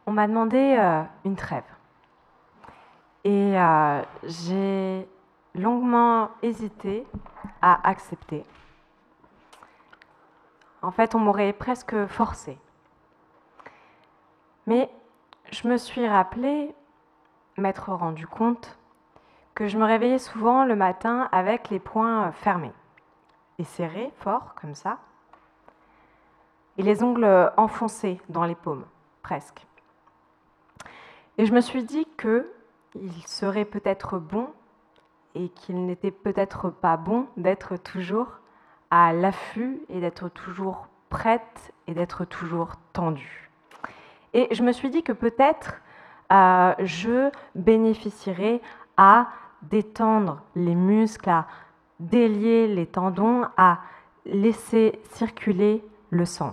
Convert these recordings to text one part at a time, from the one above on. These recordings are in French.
On m'a demandé une trêve. Et j'ai longuement hésité à accepter. En fait, on m'aurait presque forcé. Mais je me suis rappelé, m'être rendu compte, que je me réveillais souvent le matin avec les poings fermés et serrés, fort, comme ça, et les ongles enfoncés dans les paumes, presque. Et je me suis dit qu'il serait peut-être bon et qu'il n'était peut-être pas bon d'être toujours à l'affût et d'être toujours prête et d'être toujours tendue. Et je me suis dit que peut-être je bénéficierais à détendre les muscles, à délier les tendons, à laisser circuler le sang.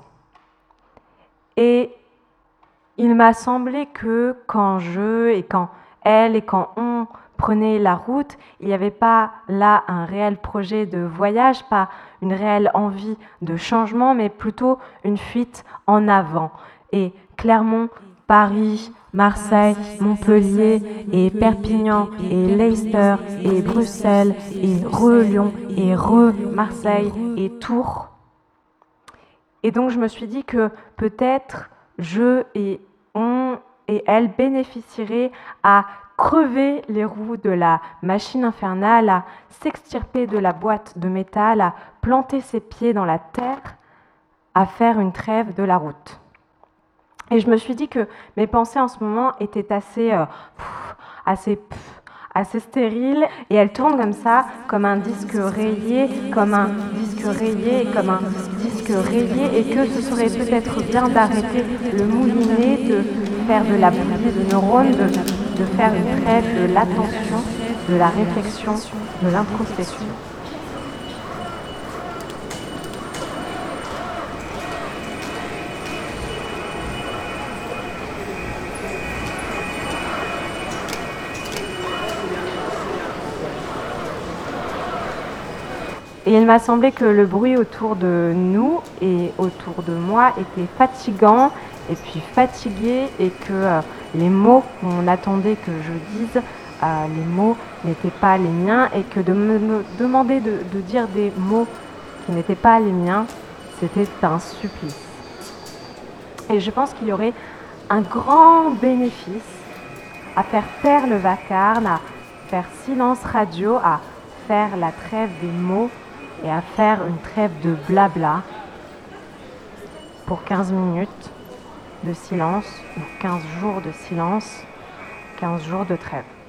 Et il m'a semblé que quand elle et quand on prenait la route, il n'y avait pas là un réel projet de voyage, pas une réelle envie de changement, mais plutôt une fuite en avant. Et Clermont, Paris, Marseille, Montpellier et Perpignan et Leicester et Bruxelles et Lyon et Marseille et Tours. Et donc je me suis dit que peut-être je et on et elle bénéficieraient à crever les roues de la machine infernale, à s'extirper de la boîte de métal, à planter ses pieds dans la terre, à faire une trêve de la route. Et je me suis dit que mes pensées en ce moment étaient assez stériles, et elles tournent comme ça, comme un disque rayé, comme un disque rayé, comme un disque rayé, et que ce serait peut-être bien d'arrêter le moulinet, de faire de la bouillie de neurones, de faire une trêve de l'attention, de la réflexion, de l'introspection. Et il m'a semblé que le bruit autour de nous et autour de moi était fatigant et puis fatigué, et que les mots qu'on attendait que je dise, les mots n'étaient pas les miens, et que de me demander de dire des mots qui n'étaient pas les miens, c'était un supplice. Et je pense qu'il y aurait un grand bénéfice à faire taire le vacarme, à faire silence radio, à faire la trêve des mots et à faire une trêve de blabla pour 15 minutes de silence, ou 15 jours de silence, 15 jours de trêve.